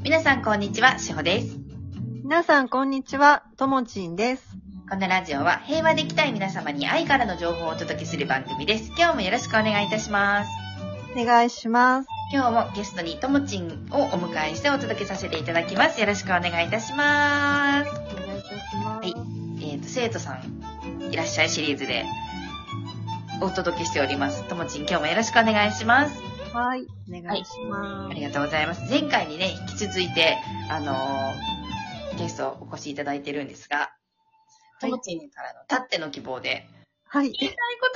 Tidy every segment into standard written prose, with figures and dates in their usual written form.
皆さんこんにちは、しほです。 皆さんこんにちは、ともちんです。 このラジオは平和でいきたい皆様に愛からの情報をお届けする番組です。今日もよろしくお願いいたします。 お願いします。 今日もゲストにともちんをお迎えしてお届けさせていただきます。よろしくお願いいたします。 お願いいたします。 はい。生徒さんいらっしゃいシリーズでお届けしております。ともちん、今日もよろしくお願いします。 はい、お願いします。 ありがとうございます。前回にね、引き続いて、ゲストお越しいただいてるんですが、ともちんからのたっての希望で、 はい。 言いたい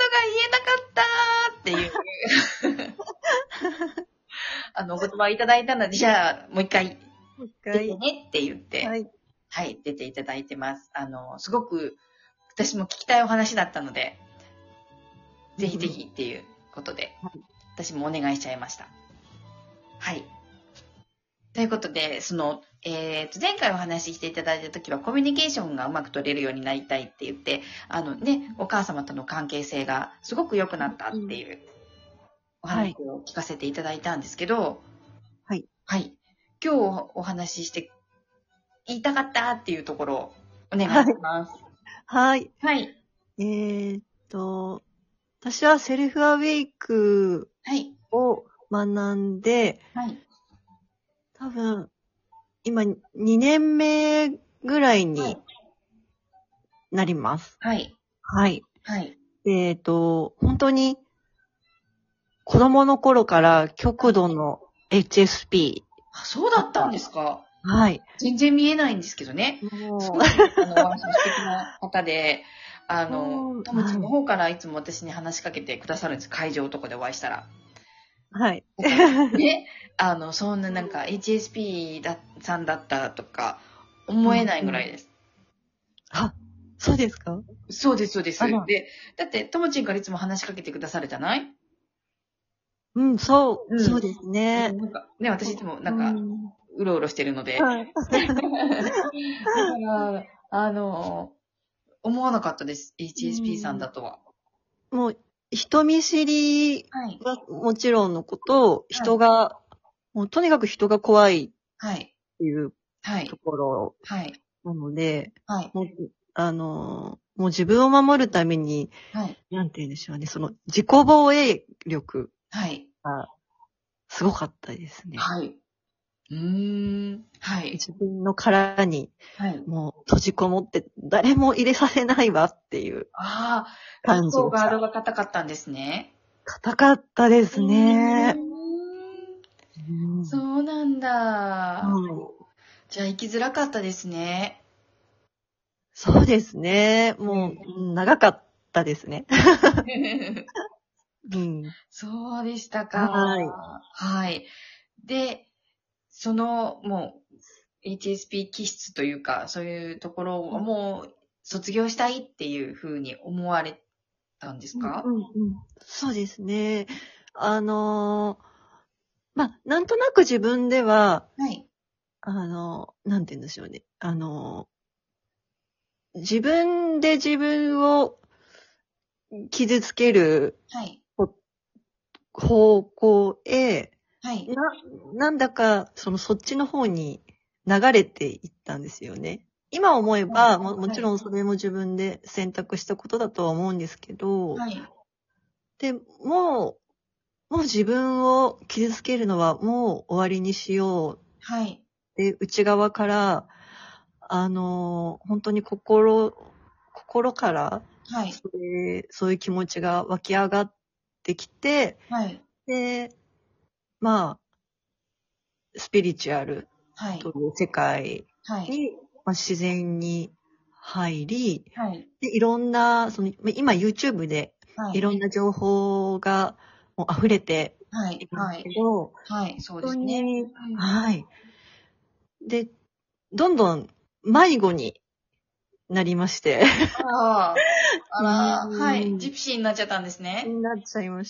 ことが言えなかったっていう、お言葉いただいたので、じゃあ、もう一回、出てねって言って、はい、出ていただいてます。すごく、私も聞きたいお話だったので、ぜひぜひっていうことで、私もお願いしちゃいました。はい。ということで、前回お話ししていただいたときは、コミュニケーションがうまく取れるようになりたいって言って、お母様との関係性がすごく良くなったっていうお話を聞かせていただいたんですけど、 はい。 はい。今日お話しして言いたかったっていうところをお願いします。 はい。 はい。 私はセルフアウェイクを学んで、 はい。 多分、今2年目ぐらいになります。 はい。 はい。 はい。 本当に子供の頃から極度の HSP。 あ、そうだったんですか。 はい。 全然見えないんですけどね。すごく、素敵な方で、ともちんの方からいつも私に話しかけてくださるんです。会場とかでお会いしたら。 はい。 ね、そんななんか HSP さんだったとか思えないぐらいです。 あ、そうですか？ そうです、そうです。で、だって、ともちんからいつも話しかけてくださるじゃない？ うん、そうですね。 なんか、ね、私いつもなんか、うろうろしてるので。 はい。 だから、思わなかったです。HSP さんだとは。 もう、人見知りはもちろんのこと、人が、もうとにかく人が怖いっていうところなので、もう自分を守るために、なんて言うんでしょうね、その自己防衛力がすごかったですね。 はい。はい。 自分の殻に、もう閉じこもって誰も入れさせないわっていう感じでした。 ガードが硬かったんですね。 硬かったですね。 そうなんだ。じゃあ生きづらかったですね。 そうですね。もう、長かったですね。 そうでしたか。はい。で、もう、HSP 気質というか、そういうところをもう卒業したいっていうふうに思われたんですか？ そうですね。なんとなく自分では、なんて言うんでしょうね。自分で自分を傷つける方向へ、なんだかそっちの方に流れていったんですよね。今思えば、もちろんそれも自分で選択したことだとは思うんですけど、で、もう自分を傷つけるのはもう終わりにしよう。で、内側から、本当に心から、そういう気持ちが湧き上がってきて、で、スピリチュアルという世界に、自然に入り、で、いろんな、今 YouTube でいろんな情報がもう溢れているんですけど、 そうですね。 で、どんどん迷子になりまして。 ジプシーになっちゃったんですね。 なっちゃいました。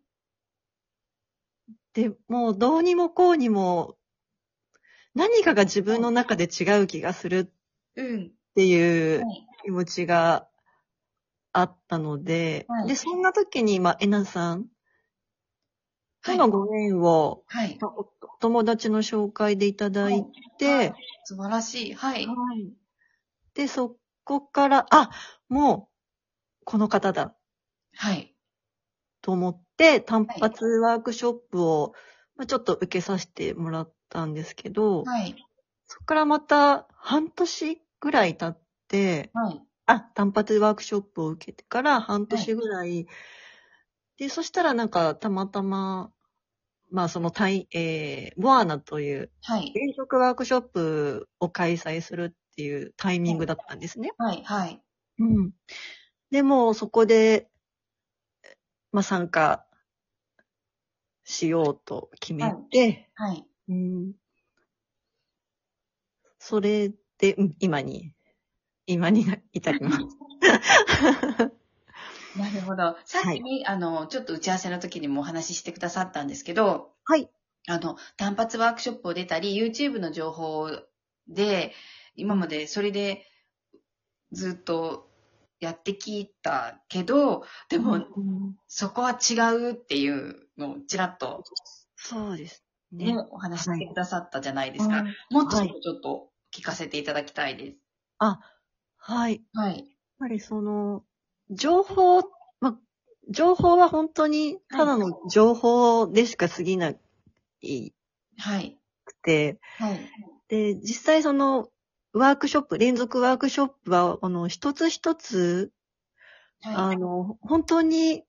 で、もうどうにもこうにも、何かが自分の中で違う気がするっていう気持ちがあったので、で、そんな時に、えなさんとのご縁を、 友達の紹介でいただいて、はい、 素晴らしい。はい。 で、そこから、もう、この方だ。 はい。 と思って、単発ワークショップを、ちょっと受けさせてもらったんですけど、 はい。 そこからまた半年ぐらい経って、 はい。 単発ワークショップを受けてから半年ぐらい、で、そしたらたまたま、そのボアナという、連続ワークショップを開催するっていうタイミングだったんですね。 はい、はい。 うん。でも、そこで、参加しようと決めて、 はい。 うん、それで、今に至ります。 なるほど。さっきに、ちょっと打ち合わせの時にもお話ししてくださったんですけど、 はい。 単発ワークショップを出たり、YouTube の情報で、今までそれでずっとやってきたけど、でも、そこは違うっていうのをちらっと、 そうですね。 お話ししてくださったじゃないですか。もっとちょっと聞かせていただきたいです。 はい。 はい。 やっぱり情報、情報は本当にただの情報でしか過ぎないくて、 はい。 で、実際ワークショップ、連続ワークショップは、一つ一つ、本当に、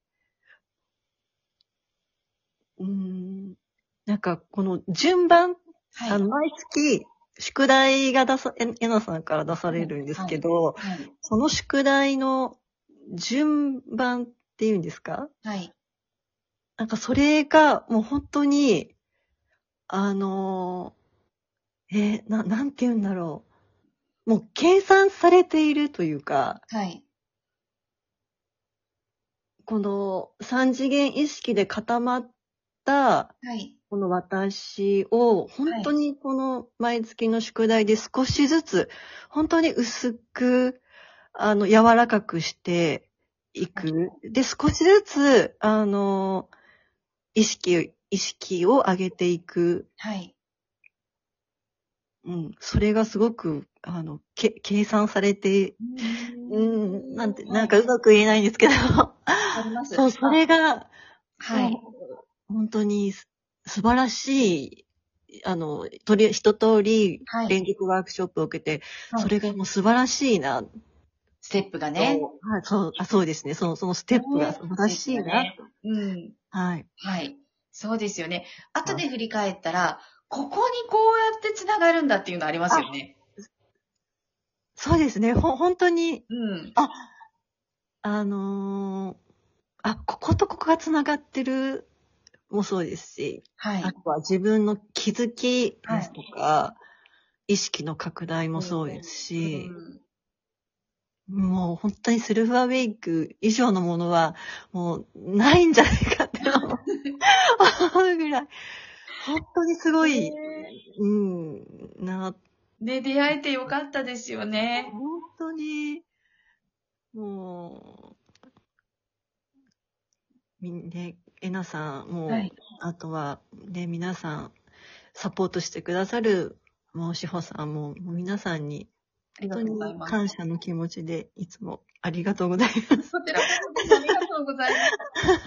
この順番、毎月、宿題がえなさんから出されるんですけど、その宿題の順番っていうんですか？ はい。 それが、もう本当に、なんて言うんだろう。もう計算されているというか、 はい。 この三次元意識で固まった、この私を、本当にこの毎月の宿題で少しずつ、本当に薄く、柔らかくしていく。で、少しずつ、意識を上げていく。 はい。 それがすごく、計算されて、なんかうまく言えないんですけど。そう、それが、 はい。 本当に素晴らしい、一通り、連続ワークショップを受けて、それがもう素晴らしいな。 ステップがね。 はい、そうですね。そのステップが素晴らしいな。はい。 はい。そうですよね。後で振り返ったら、ここにこうやって繋がるんだっていうのありますよね。 そうですね。本当に、こことここが繋がってるもそうですし、あとは自分の気づきですとか、意識の拡大もそうですし、もう本当にセルフアウェイク以上のものはもうないんじゃないかって思うぐらい、本当にすごい、 ね、出会えてよかったですよね。 本当に、もう、えなさん、もう、あとは、皆さん、サポートしてくださる、もう、しほさんも、皆さんに、本当に感謝の気持ちで、いつもありがとうございます。 こちらこそありがとうございます。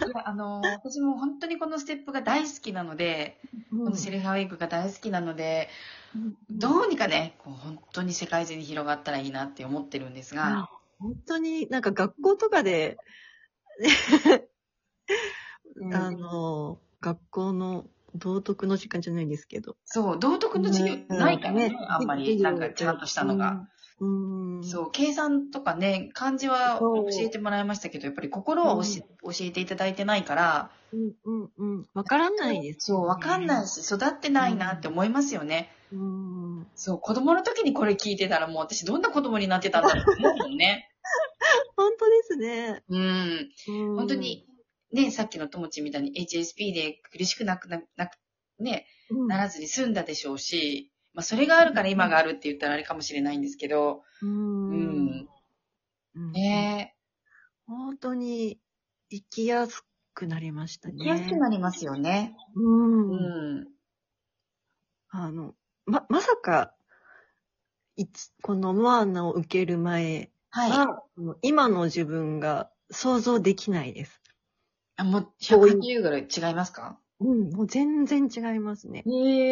いや、私も本当にこのステップが大好きなので、このセルフアウェイクが大好きなので、どうにかね、本当に世界中に広がったらいいなって思ってるんですが。 本当に学校とかで、学校の道徳の時間じゃないんですけど。 そう、道徳の授業ないからね、あんまり、ちゃんとしたのが。そう、計算とかね、漢字は教えてもらいましたけど、やっぱり心は教えていただいてないから、 わからないです。 そう、わかんないし、育ってないなって思いますよね。そう、子供の時にこれ聞いてたらもう私どんな子供になってたんだろうと思うもんね。 本当ですね。 本当に、ね、さっきのともちみたいに HSP で苦しくならずに済んだでしょうし、それがあるから今があるって言ったらあれかもしれないんですけど、ね、 本当に生きやすくなりましたね。 生きやすくなりますよね。 まさか、このモアナを受ける前は、今の自分が想像できないです。 もう180ぐらい違いますか？ もう全然違いますね。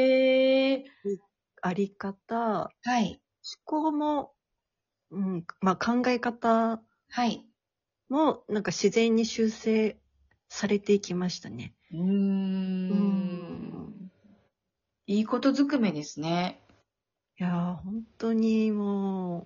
あり方、思考も、考え方も、なんか自然に修正されていきましたね。 いいことずくめですね。 いやー、本当にも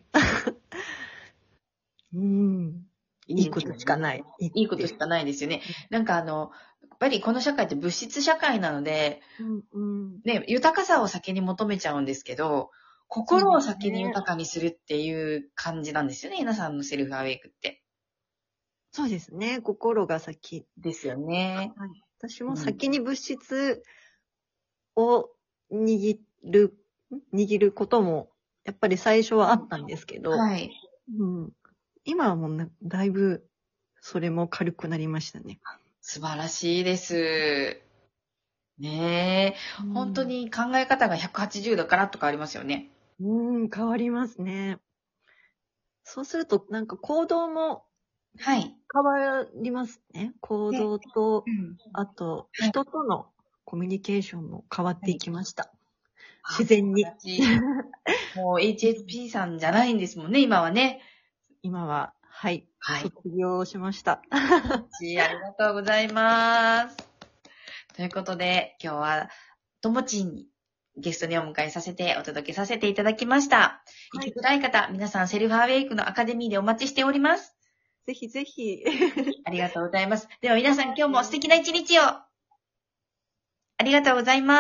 う、いいことしかない。 いいことしかないですよね。なんかやっぱりこの社会って物質社会なので、ね、豊かさを先に求めちゃうんですけど、心を先に豊かにするっていう感じなんですよね、皆さんのセルフアウェイクって。 そうですね、心が先。 ですよね。 私も先に物質を握ることも、やっぱり最初はあったんですけど、今はもうだいぶ、それも軽くなりましたね。 素晴らしいです。ねえ、本当に考え方が180度ガラッと変わりますよね。 変わりますね。そうすると、なんか行動も、変わりますね。行動と、あと、人とのコミュニケーションも変わっていきました。自然に。 もう HSP さんじゃないんですもんね、今はね。 今は、卒業しました。 ありがとうございます。ということで、今日は、ともちんにゲストにお迎えさせて、お届けさせていただきました。生きづらい方、皆さんセルフアウェイクのアカデミーでお待ちしております。 ぜひぜひ。 ありがとうございます。では皆さん今日も素敵な一日を。ありがとうございます。